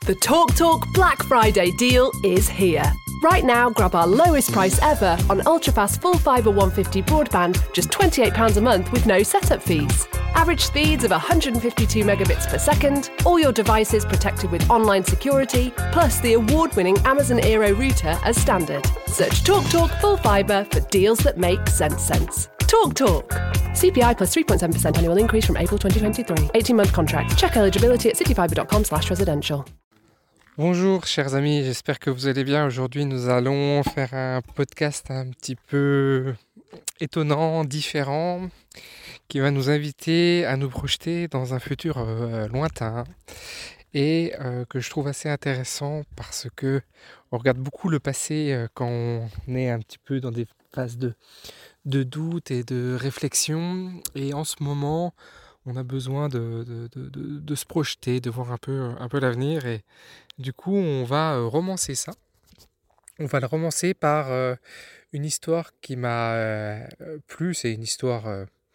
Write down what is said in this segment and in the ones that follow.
The TalkTalk Black Friday deal is here. Right now, grab our lowest price ever on ultra-fast full fibre 150 broadband, just £28 a month with no setup fees. Average speeds of 152 megabits per second, all your devices protected with online security, plus the award-winning Amazon Aero router as standard. Search TalkTalk Full Fibre for deals that make sense. TalkTalk. CPI plus 3.7% annual increase from April 2023. 18-month contract. Check eligibility at cityfibre.com/residential. Bonjour chers amis, j'espère que vous allez bien. Aujourd'hui nous allons faire un podcast un petit peu étonnant, différent, qui va nous inviter à nous projeter dans un futur lointain et que je trouve assez intéressant parce que on regarde beaucoup le passé quand on est un petit peu dans des phases de doute et de réflexion, et en ce moment on a besoin de se projeter, de voir un peu l'avenir, et du coup on va romancer ça. On va le romancer par une histoire qui m'a plu. C'est une histoire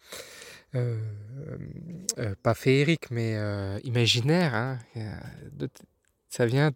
pas féerique mais imaginaire, hein. Ça vient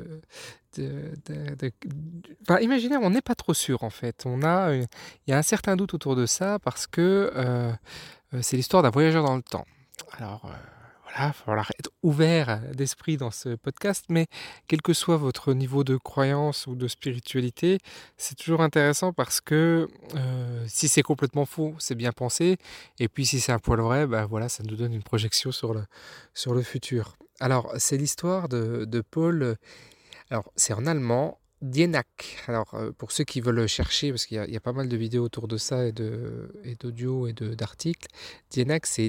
enfin, imaginaire, on n'est pas trop sûr en fait. Il y a un certain doute autour de ça parce que c'est l'histoire d'un voyageur dans le temps. Alors voilà, il va falloir être ouvert d'esprit dans ce podcast, mais quel que soit votre niveau de croyance ou de spiritualité, c'est toujours intéressant parce que si c'est complètement faux, c'est bien pensé, et puis si c'est un poil vrai, bah voilà, ça nous donne une projection sur le futur. Alors, c'est l'histoire de Paul. Alors, c'est en allemand, Dienach. Alors, pour ceux qui veulent chercher, parce qu'il y a pas mal de vidéos autour de ça, et d'audio et d'articles, Dienach, c'est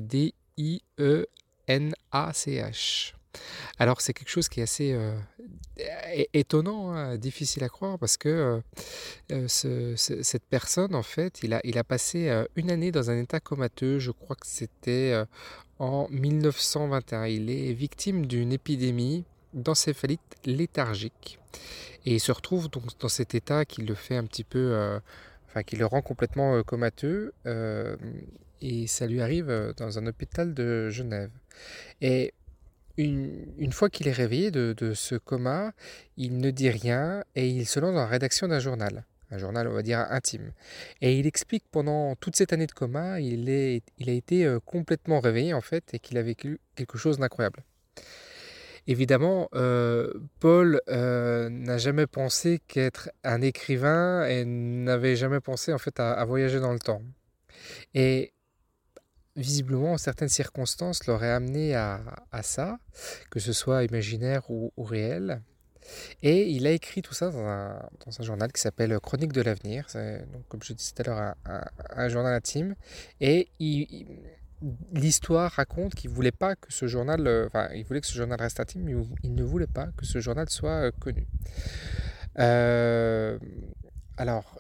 Dienach. Alors, c'est quelque chose qui est assez étonnant, hein, difficile à croire, parce que cette personne, en fait, il a passé une année dans un état comateux. Je crois que c'était en 1921. Il est victime d'une épidémie d'encéphalite léthargique. Et il se retrouve donc dans cet état qui le fait un petit peu, qui le rend complètement comateux. Et ça lui arrive dans un hôpital de Genève. Et une fois qu'il est réveillé de ce coma, il ne dit rien et il se lance dans la rédaction d'un journal. Un journal, on va dire, intime. Et il explique pendant toute cette année de coma, il a été complètement réveillé en fait, et qu'il a vécu quelque chose d'incroyable. Évidemment, Paul n'a jamais pensé qu'être un écrivain, et n'avait jamais pensé en fait à voyager dans le temps. Et visiblement, certaines circonstances l'auraient amené à ça, que ce soit imaginaire ou réel. Et il a écrit tout ça dans un journal qui s'appelle Chronique de l'avenir. C'est, donc, comme je disais tout à l'heure, un journal intime. Et l'histoire raconte qu'il voulait pas que ce journal, il voulait que ce journal reste intime, mais il ne voulait pas que ce journal soit connu. Alors,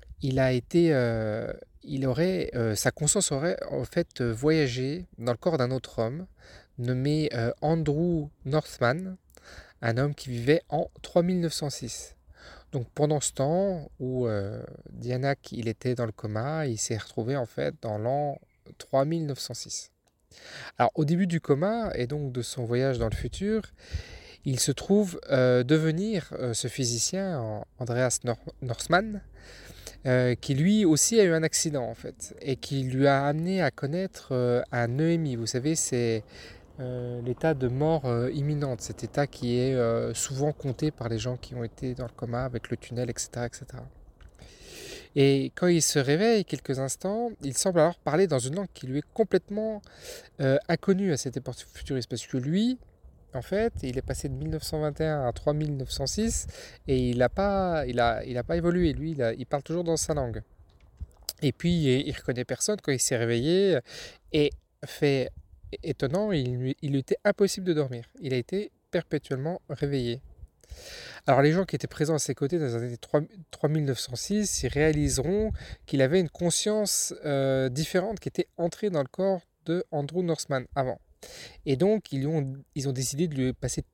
sa conscience aurait en fait voyagé dans le corps d'un autre homme nommé Andrew Northman, un homme qui vivait en 3906. Donc pendant ce temps où Dienach il était dans le coma, il s'est retrouvé en fait dans l'an 3906. Alors au début du coma et donc de son voyage dans le futur, il se trouve devenir ce physicien, Andreas Northman, qui lui aussi a eu un accident en fait, et qui lui a amené à connaître un EMI. Vous savez, c'est l'état de mort imminente, cet état qui est souvent compté par les gens qui ont été dans le coma avec le tunnel, etc., etc. Et quand il se réveille quelques instants, il semble alors parler dans une langue qui lui est complètement inconnue à cette époque futuriste, parce que lui, en fait, il est passé de 1921 à 3906 et il n'a pas évolué. Lui, il parle toujours dans sa langue. Et puis, il reconnaît personne quand il s'est réveillé. Et fait étonnant, il lui était impossible de dormir. Il a été perpétuellement réveillé. Alors, les gens qui étaient présents à ses côtés dans les années 3906, ils réaliseront qu'il avait une conscience différente qui était entrée dans le corps de Andrew Northman avant. Et donc, ils ont décidé de lui passer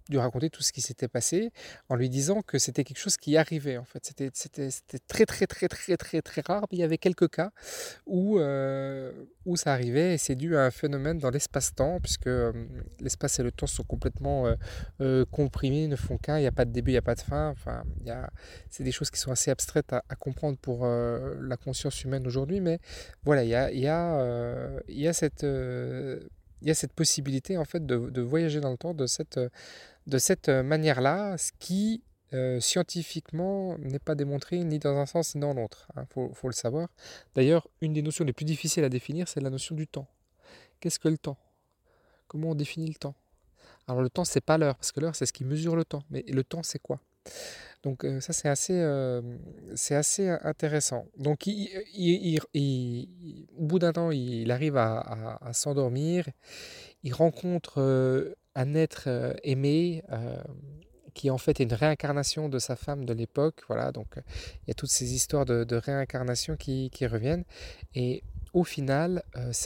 lui raconter tout ce qui s'était passé en lui disant que c'était quelque chose qui arrivait en fait. C'était très très très très très très rare, mais il y avait quelques cas où ça arrivait et c'est dû à un phénomène dans l'espace-temps puisque l'espace et le temps sont complètement comprimés, ne font qu'un, il n'y a pas de début, il n'y a pas de fin. Enfin, c'est des choses qui sont assez abstraites à comprendre pour la conscience humaine aujourd'hui, mais voilà, il y a cette possibilité en fait de voyager dans le temps de cette manière-là, ce qui scientifiquement n'est pas démontré ni dans un sens ni dans l'autre. Faut le savoir. D'ailleurs, une des notions les plus difficiles à définir, c'est la notion du temps. Qu'est-ce que le temps? Comment on définit le temps? Alors le temps, c'est pas l'heure, parce que l'heure, c'est ce qui mesure le temps. Mais le temps, c'est quoi? Donc ça, c'est assez intéressant. Donc au bout d'un temps, il arrive à s'endormir. Il rencontre un être aimé qui en fait est une réincarnation de sa femme de l'époque. Voilà, donc il y a toutes ces histoires de réincarnation qui reviennent. Et au final,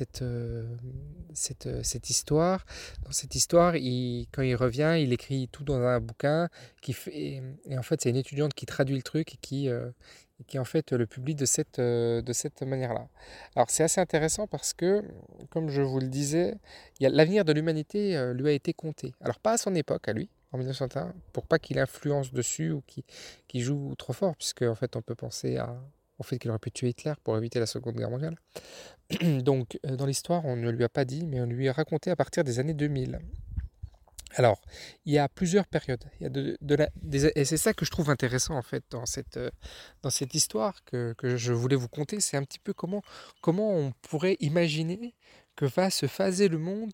cette histoire, dans cette histoire, quand il revient, il écrit tout dans un bouquin et en fait, c'est une étudiante qui traduit le truc et qui en fait le publie de cette manière-là. Alors c'est assez intéressant parce que, comme je vous le disais, l'avenir de l'humanité lui a été compté. Alors pas à son époque, à lui, en 1901, pour pas qu'il influence dessus ou qu'il joue trop fort, puisque en fait on peut penser au fait qu'il aurait pu tuer Hitler pour éviter la Seconde Guerre mondiale. Donc dans l'histoire, on ne lui a pas dit, mais on lui a raconté à partir des années 2000. Alors, il y a plusieurs périodes. Il y a et c'est ça que je trouve intéressant en fait dans cette histoire que je voulais vous conter. C'est un petit peu comment on pourrait imaginer que va se phaser le monde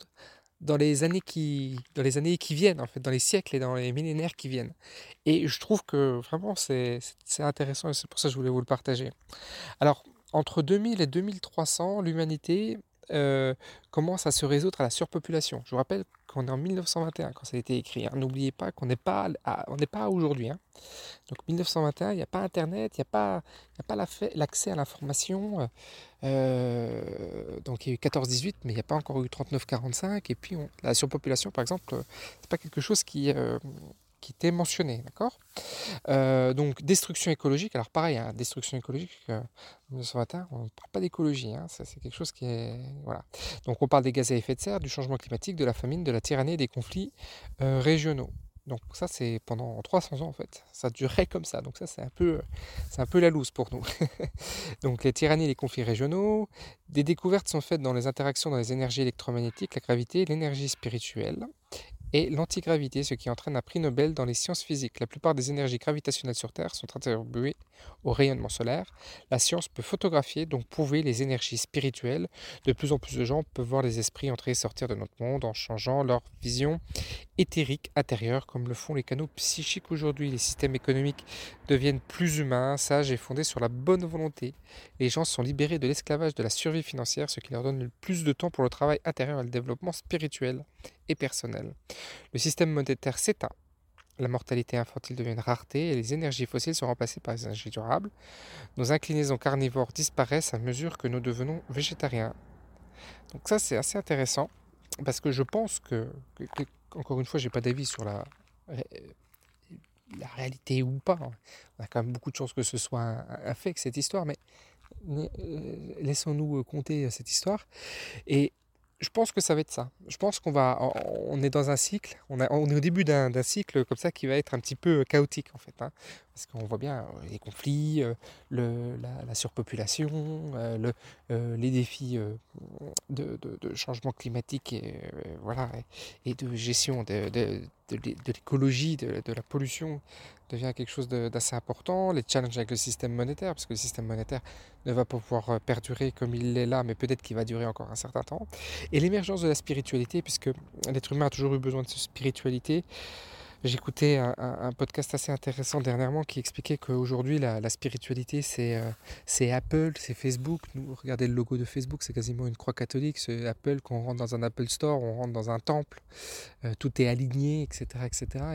dans les années qui viennent, en fait, dans les siècles et dans les millénaires qui viennent. Et je trouve que vraiment c'est intéressant et c'est pour ça que je voulais vous le partager. Alors, entre 2000 et 2300, l'humanité euh, commence à se résoudre à la surpopulation. Je vous rappelle qu'on est en 1921 quand ça a été écrit, hein. N'oubliez pas qu'on n'est pas on n'est pas à aujourd'hui, hein. Donc 1921, il n'y a pas Internet, il y a pas l'accès à l'information. Donc il y a eu 14-18, mais il n'y a pas encore eu 39-45. Et puis la surpopulation, par exemple, c'est pas quelque chose qui était mentionné, d'accord? Donc destruction écologique, alors pareil, hein, destruction écologique, en 1921, on ne parle pas d'écologie, hein, ça c'est quelque chose qui est... Voilà. Donc on parle des gaz à effet de serre, du changement climatique, de la famine, de la tyrannie et des conflits régionaux. Donc ça c'est pendant 300 ans en fait, ça durait comme ça, donc ça c'est un peu la loose pour nous. Donc les tyrannies et les conflits régionaux, des découvertes sont faites dans les interactions dans les énergies électromagnétiques, la gravité, l'énergie spirituelle et l'antigravité, ce qui entraîne un prix Nobel dans les sciences physiques. La plupart des énergies gravitationnelles sur Terre sont attribuées au rayonnement solaire. La science peut photographier, donc prouver les énergies spirituelles. De plus en plus de gens peuvent voir les esprits entrer et sortir de notre monde en changeant leur vision éthérique intérieure, comme le font les canaux psychiques aujourd'hui. Les systèmes économiques deviennent plus humains, sages et fondés sur la bonne volonté. Les gens sont libérés de l'esclavage de la survie financière, ce qui leur donne le plus de temps pour le travail intérieur et le développement spirituel et personnel. Le système monétaire s'éteint. La mortalité infantile devient une rareté et les énergies fossiles sont remplacées par les énergies durables. Nos inclinaisons carnivores disparaissent à mesure que nous devenons végétariens. Donc ça, c'est assez intéressant parce que je pense encore une fois, j'ai pas d'avis sur la réalité ou pas. On a quand même beaucoup de chances que ce soit un fait, que cette histoire, mais laissons-nous compter cette histoire. Et je pense que ça va être ça. Je pense on est dans un cycle, on est au début d'un cycle comme ça qui va être un petit peu chaotique en fait, hein. Parce qu'on voit bien les conflits, la surpopulation, les défis de changement climatique voilà, et de gestion de l'écologie, de la pollution devient quelque chose d'assez important. Les challenges avec le système monétaire, parce que le système monétaire ne va pas pouvoir perdurer comme il est là, mais peut-être qu'il va durer encore un certain temps. Et l'émergence de la spiritualité, puisque l'être humain a toujours eu besoin de spiritualité. J'écoutais un podcast assez intéressant dernièrement qui expliquait qu'aujourd'hui la spiritualité c'est Apple, c'est Facebook. Nous, regardez le logo de Facebook, c'est quasiment une croix catholique. C'est Apple, quand on rentre dans un Apple Store, on rentre dans un temple, tout est aligné, etc., etc. Et que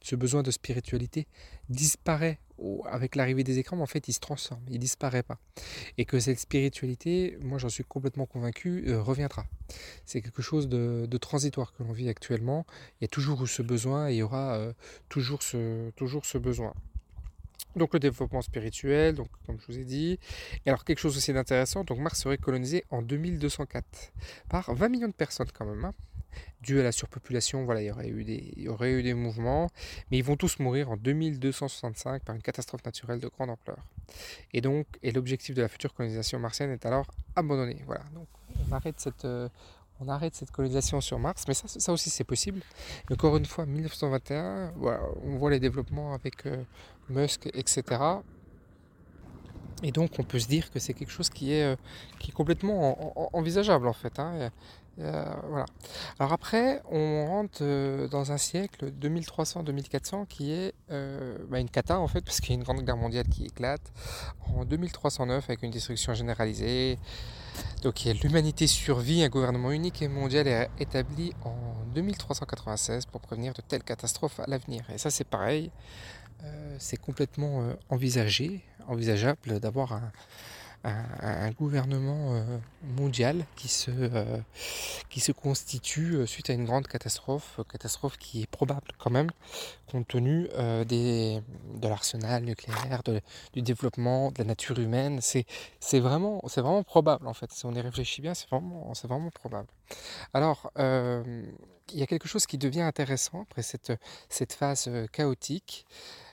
ce besoin de spiritualité disparaît avec l'arrivée des écrans, mais en fait il se transforme, il disparaît pas. Et que cette spiritualité, moi j'en suis complètement convaincu, reviendra. C'est quelque chose de transitoire que l'on vit actuellement. Il y a toujours eu ce besoin et il y aura toujours ce besoin. Donc le développement spirituel, donc comme je vous ai dit. Et alors quelque chose aussi d'intéressant, donc Mars serait colonisé en 2204 par 20 millions de personnes quand même, hein. Dû à la surpopulation, voilà, il y aurait eu des mouvements, mais ils vont tous mourir en 2265 par une catastrophe naturelle de grande ampleur. Et l'objectif de la future colonisation martienne est alors abandonné. Voilà, donc on arrête cette colonisation sur Mars, mais ça aussi c'est possible. Et encore une fois, 1921, voilà, on voit les développements avec Musk, etc. Et donc on peut se dire que c'est quelque chose qui est complètement envisageable en fait, hein. Voilà. Alors après, on rentre dans un siècle 2300-2400 qui est une cata en fait, parce qu'il y a une grande guerre mondiale qui éclate en 2309 avec une destruction généralisée. Donc l'humanité survit, un gouvernement unique et mondial est établi en 2396 pour prévenir de telles catastrophes à l'avenir. Et ça c'est pareil, c'est complètement envisageable d'avoir un gouvernement mondial qui se constitue suite à une grande catastrophe qui est probable quand même, compte tenu de l'arsenal nucléaire, du développement, de la nature humaine. C'est vraiment probable en fait. Si on y réfléchit bien, c'est vraiment probable. Alors, il y a quelque chose qui devient intéressant après cette phase chaotique.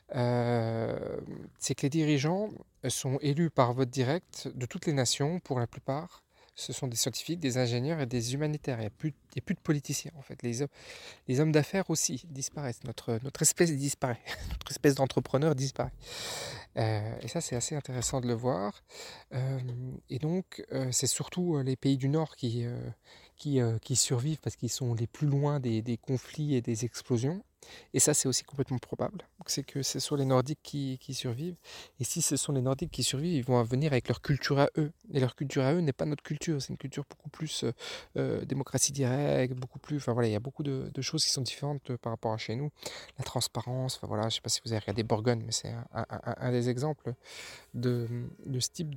C'est que les dirigeants sont élus par vote direct de toutes les nations, pour la plupart. Ce sont des scientifiques, des ingénieurs et des humanitaires. Il n'y a plus de politiciens en fait. Les hommes d'affaires aussi disparaissent. Notre espèce disparaît. Notre espèce d'entrepreneur disparaît. Et ça, c'est assez intéressant de le voir. Et donc, c'est surtout les pays du Nord qui survivent parce qu'ils sont les plus loin des conflits et des explosions. Et ça, c'est aussi complètement probable. Donc, c'est que ce sont les Nordiques qui survivent. Et si ce sont les Nordiques qui survivent, ils vont venir avec leur culture à eux. Et leur culture à eux n'est pas notre culture. C'est une culture beaucoup plus démocratie directe, beaucoup plus. Enfin voilà, il y a beaucoup de choses qui sont différentes par rapport à chez nous. La transparence, enfin voilà, je ne sais pas si vous avez regardé Borgen, mais c'est un des exemples de ce type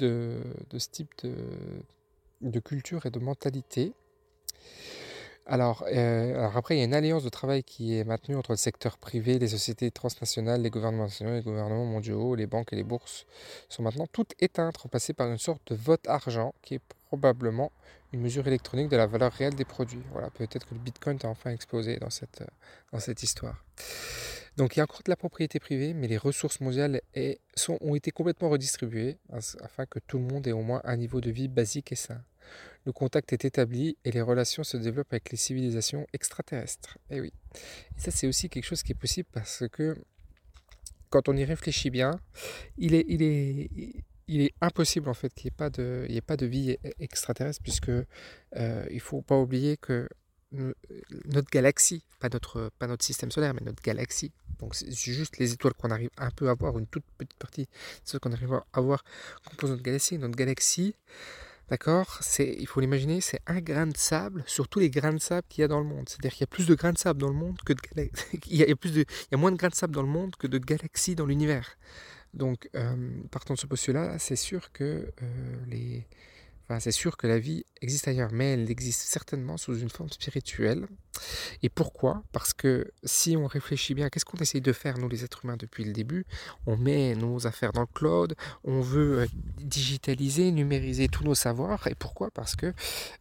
de culture et de mentalité. Alors après, il y a une alliance de travail qui est maintenue entre le secteur privé, les sociétés transnationales, les gouvernements nationaux, les gouvernements mondiaux, les banques et les bourses sont maintenant toutes éteintes, remplacées par une sorte de vote argent qui est probablement une mesure électronique de la valeur réelle des produits. Voilà, peut-être que le Bitcoin a enfin explosé dans cette histoire. Donc il y a encore de la propriété privée, mais les ressources mondiales ont été complètement redistribuées afin que tout le monde ait au moins un niveau de vie basique et sain. Le contact est établi et les relations se développent avec les civilisations extraterrestres. Et oui. Et ça, c'est aussi quelque chose qui est possible parce que quand on y réfléchit bien, il est impossible en fait qu'il n'y ait pas de vie extraterrestre, puisque il ne faut pas oublier que notre galaxie, pas notre système solaire, mais notre galaxie, donc c'est juste les étoiles qu'on arrive un peu à voir, une toute petite partie de ce qu'on arrive à voir compose notre galaxie. Notre galaxie, d'accord, il faut l'imaginer, c'est un grain de sable sur tous les grains de sable qu'il y a dans le monde. C'est-à-dire qu'il y a plus de grains de sable dans le monde que de il y a moins de grains de sable dans le monde que de galaxies dans l'univers. Donc, partant de ce postulat, c'est sûr que c'est sûr que la vie existe ailleurs, mais elle existe certainement sous une forme spirituelle. Et pourquoi ? Parce que si on réfléchit bien, qu'est-ce qu'on essaye de faire, nous les êtres humains, depuis le début ? On met nos affaires dans le cloud, on veut digitaliser, numériser tous nos savoirs. Et pourquoi ? Parce que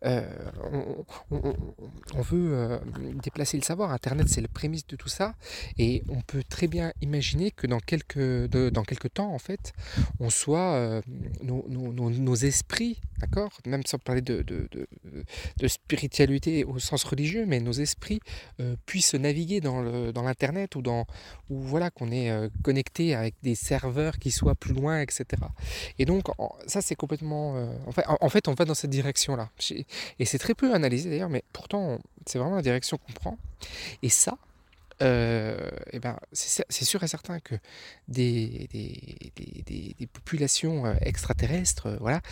on veut déplacer le savoir. Internet, c'est le prémisse de tout ça. Et on peut très bien imaginer que dans quelques temps, en fait, on soit nos esprits, d'accord ? Même sans parler de spiritualité au sens religieux, mais nos esprits puissent naviguer dans l'internet ou voilà, qu'on est connecté avec des serveurs qui soient plus loin, etc. Et donc ça, c'est complètement en fait on va dans cette direction là, et c'est très peu analysé d'ailleurs, mais pourtant c'est vraiment la direction qu'on prend. Et ça, et ben, c'est sûr et certain que des populations extraterrestres, voilà,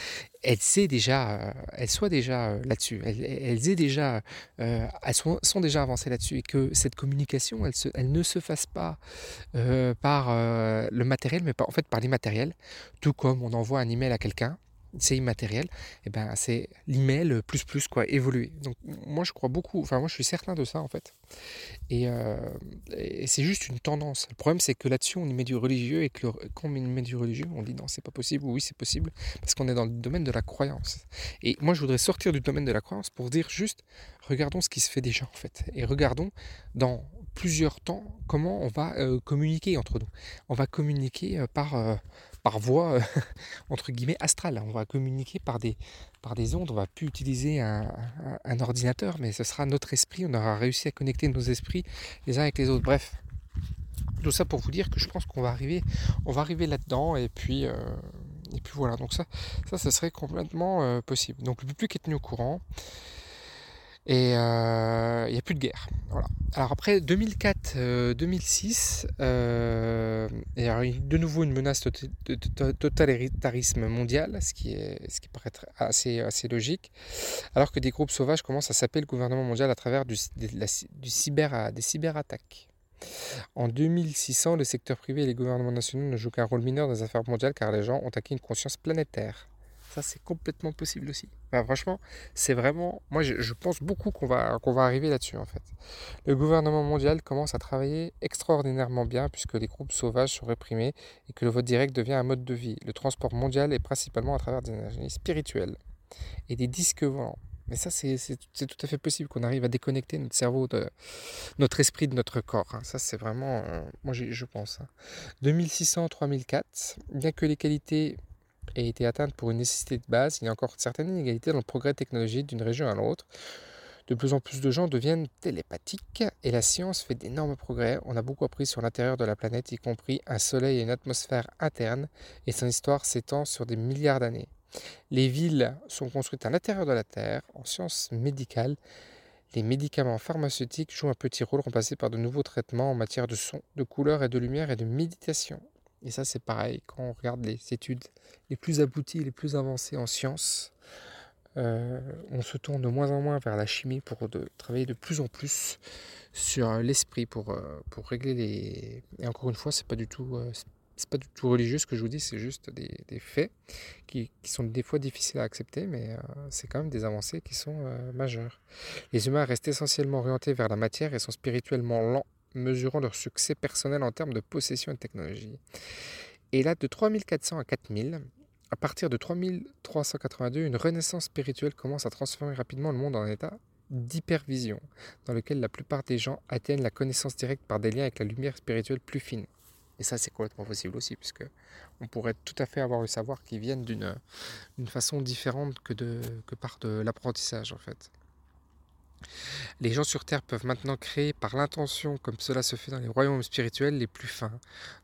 elles soient déjà là-dessus, elles sont déjà avancées là-dessus, et que cette communication, elle ne se fasse pas par le matériel, mais en fait par l'immatériel, tout comme on envoie un email à quelqu'un. C'est immatériel, et ben c'est l'email plus quoi, évoluer. Donc moi je crois beaucoup, enfin moi je suis certain de ça en fait. Et, euh, et c'est juste une tendance. Le problème, c'est que là-dessus, on y met du religieux, et que quand on y met du religieux, on dit non, c'est pas possible, ou oui, c'est possible, parce qu'on est dans le domaine de la croyance. Et moi, je voudrais sortir du domaine de la croyance pour dire juste, regardons ce qui se fait déjà, en fait. Et regardons dans plusieurs temps comment on va communiquer entre nous. On va communiquer par voie, entre guillemets, astrale. On va communiquer par des ondes. On va plus utiliser un ordinateur, mais ce sera notre esprit. On aura réussi à connecter nos esprits les uns avec les autres. Bref, tout ça pour vous dire que je pense qu'on va arriver là-dedans, et puis voilà. Donc ça serait complètement possible. Donc le public est tenu au courant, et il n'y a plus de guerre. Voilà. Alors après 2004-2006, il y a eu de nouveau une menace de totalitarisme mondial, ce qui paraît assez logique, alors que des groupes sauvages commencent à saper le gouvernement mondial à travers des cyberattaques. En 2600, le secteur privé et les gouvernements nationaux ne jouent qu'un rôle mineur dans les affaires mondiales, car les gens ont acquis une conscience planétaire. Ça, c'est complètement possible aussi. Enfin, franchement, c'est vraiment... Moi, je pense beaucoup qu'on va arriver là-dessus, en fait. Le gouvernement mondial commence à travailler extraordinairement bien, puisque les groupes sauvages sont réprimés et que le vote direct devient un mode de vie. Le transport mondial est principalement à travers des énergies spirituelles et des disques volants. Mais ça, c'est tout à fait possible qu'on arrive à déconnecter notre cerveau, notre esprit de notre corps. Hein. Ça, c'est vraiment... moi, je pense. Hein. 2600-3004, bien que les qualités aient été atteintes pour une nécessité de base, il y a encore certaines inégalités dans le progrès technologique d'une région à l'autre. De plus en plus de gens deviennent télépathiques, et la science fait d'énormes progrès. On a beaucoup appris sur l'intérieur de la planète, y compris un soleil et une atmosphère interne, et son histoire s'étend sur des milliards d'années. Les villes sont construites à l'intérieur de la Terre. En sciences médicales, les médicaments pharmaceutiques jouent un petit rôle, remplacés par de nouveaux traitements en matière de son, de couleur et de lumière et de méditation. Et ça, c'est pareil, quand on regarde les études les plus abouties, les plus avancées en sciences, on se tourne de moins en moins vers la chimie pour travailler de plus en plus sur l'esprit, pour régler les... Et encore une fois, c'est pas du tout religieux ce que je vous dis, c'est juste des faits qui sont des fois difficiles à accepter, mais c'est quand même des avancées qui sont majeures. Les humains restent essentiellement orientés vers la matière et sont spirituellement lents, mesurant leur succès personnel en termes de possession et de technologie. Et là, de 3400 à 4000, à partir de 3382, une renaissance spirituelle commence à transformer rapidement le monde en un état d'hypervision, dans lequel la plupart des gens atteignent la connaissance directe par des liens avec la lumière spirituelle plus fine. Et ça, c'est complètement possible aussi, puisque on pourrait tout à fait avoir le savoir qui vienne d'une façon différente que par de l'apprentissage, en fait. Les gens sur Terre peuvent maintenant créer par l'intention, comme cela se fait dans les royaumes spirituels les plus fins.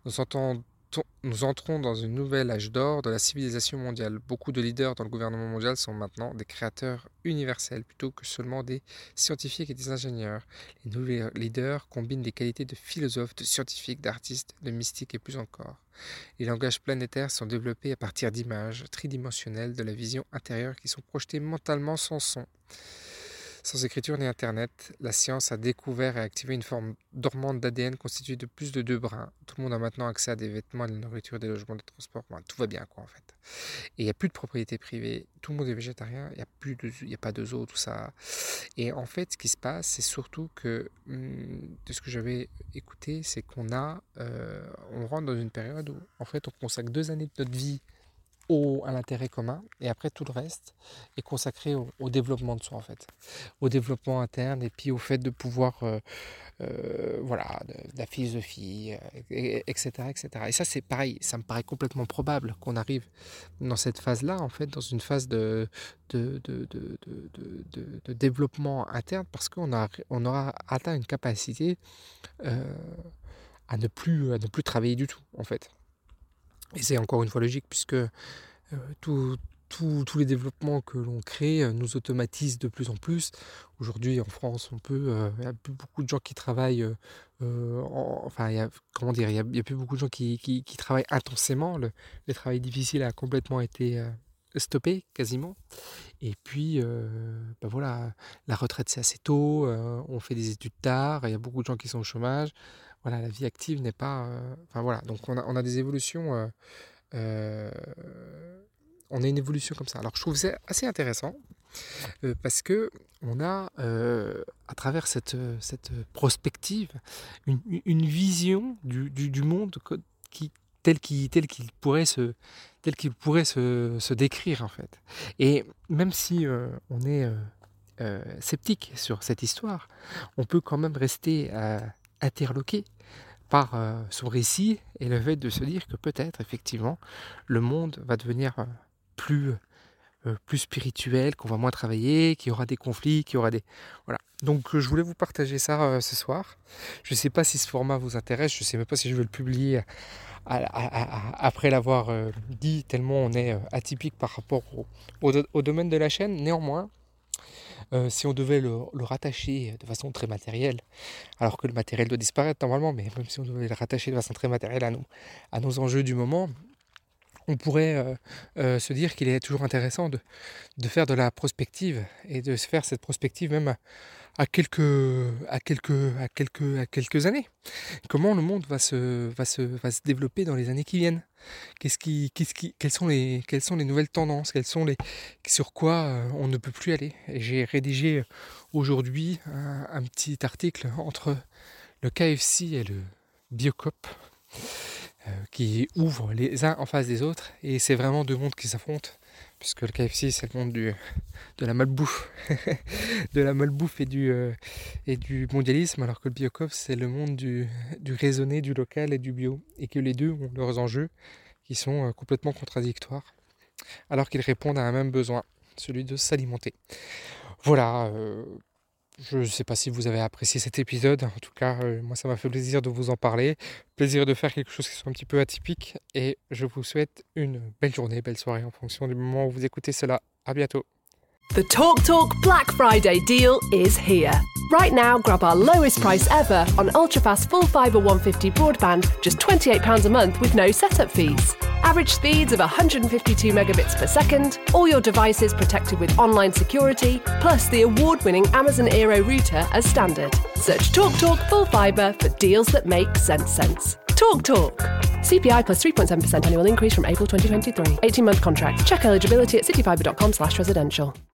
Nous entrons dans un nouvel âge d'or de la civilisation mondiale. Beaucoup de leaders dans le gouvernement mondial sont maintenant des créateurs universels, plutôt que seulement des scientifiques et des ingénieurs. Les nouveaux leaders combinent des qualités de philosophes, de scientifiques, d'artistes, de mystiques et plus encore. Les langages planétaires sont développés à partir d'images tridimensionnelles de la vision intérieure qui sont projetées mentalement sans son. Sans écriture ni internet, la science a découvert et activé une forme dormante d'ADN constituée de plus de 2 brins. Tout le monde a maintenant accès à des vêtements, à de la nourriture, des logements, des transports. Enfin, tout va bien, quoi, en fait. Et il n'y a plus de propriété privée. Tout le monde est végétarien. Il n'y a pas de zoo, tout ça. Et en fait, ce qui se passe, c'est surtout que, de ce que j'avais écouté, c'est on rentre dans une période où, en fait, on consacre 2 années de notre vie à l'intérêt commun, et après tout le reste est consacré au développement de soi, en fait, au développement interne, et puis au fait de pouvoir voilà, de la philosophie, etc., etc. Et ça, c'est pareil, ça me paraît complètement probable qu'on arrive dans cette phase-là, en fait, dans une phase de développement interne, parce on aura atteint une capacité à ne plus travailler du tout, en fait. Et c'est encore une fois logique, puisque tout, tous les développements que l'on crée nous automatisent de plus en plus. Aujourd'hui, en France, il n'y a plus beaucoup de gens qui travaillent, enfin, il y a plus beaucoup de gens qui travaillent intensément. Le travail difficile a complètement été stoppé, quasiment. Et puis, voilà, la retraite, c'est assez tôt, on fait des études tard, il y a beaucoup de gens qui sont au chômage. Voilà, la vie active n'est pas... Enfin, voilà, donc on a des évolutions... on a une évolution comme ça. Alors je trouve ça assez intéressant parce que on a à travers cette prospective une vision du monde tel qu'il pourrait se décrire en fait. Et même si on est sceptique sur cette histoire, on peut quand même rester interloqué par son récit et le fait de se dire que peut-être effectivement le monde va devenir plus spirituel, qu'on va moins travailler, qu'il y aura des conflits, qu'il y aura des... Voilà. Donc je voulais vous partager ça ce soir. Je ne sais pas si ce format vous intéresse, je ne sais même pas si je vais le publier après l'avoir dit, tellement on est atypique par rapport au domaine de la chaîne. Néanmoins, si on devait le rattacher de façon très matérielle, alors que le matériel doit disparaître normalement, mais même si on devait le rattacher de façon très matérielle à nos enjeux du moment, on pourrait se dire qu'il est toujours intéressant de faire de la prospective et de se faire cette prospective même à quelques années. Comment le monde va se développer dans les années qui viennent? Quelles sont les nouvelles tendances? Sur quoi on ne peut plus aller? Et j'ai rédigé aujourd'hui un petit article entre le KFC et le Biocoop qui ouvrent les uns en face des autres, et c'est vraiment deux mondes qui s'affrontent, puisque le KFC c'est le monde de la malbouffe de la malbouffe et du mondialisme, alors que le Biocoop c'est le monde du raisonné, du local et du bio, et que les deux ont leurs enjeux qui sont complètement contradictoires, alors qu'ils répondent à un même besoin, celui de s'alimenter. Voilà, je ne sais pas si vous avez apprécié cet épisode, en tout cas moi ça m'a fait plaisir de vous en parler, plaisir de faire quelque chose qui soit un petit peu atypique, et je vous souhaite une belle journée, belle soirée en fonction du moment où vous écoutez cela. À bientôt. The TalkTalk Black Friday deal is here. Right now, grab our lowest price ever on ultrafast full fibre 150 broadband, just £28 a month with no setup fees. Average speeds of 152 megabits per second, all your devices protected with online security, plus the award-winning Amazon Aero router as standard. Search TalkTalk Full Fibre for deals that make sense. TalkTalk. CPI plus 3.7% annual increase from April 2023. 18-month contract. Check eligibility at cityfibre.com/residential.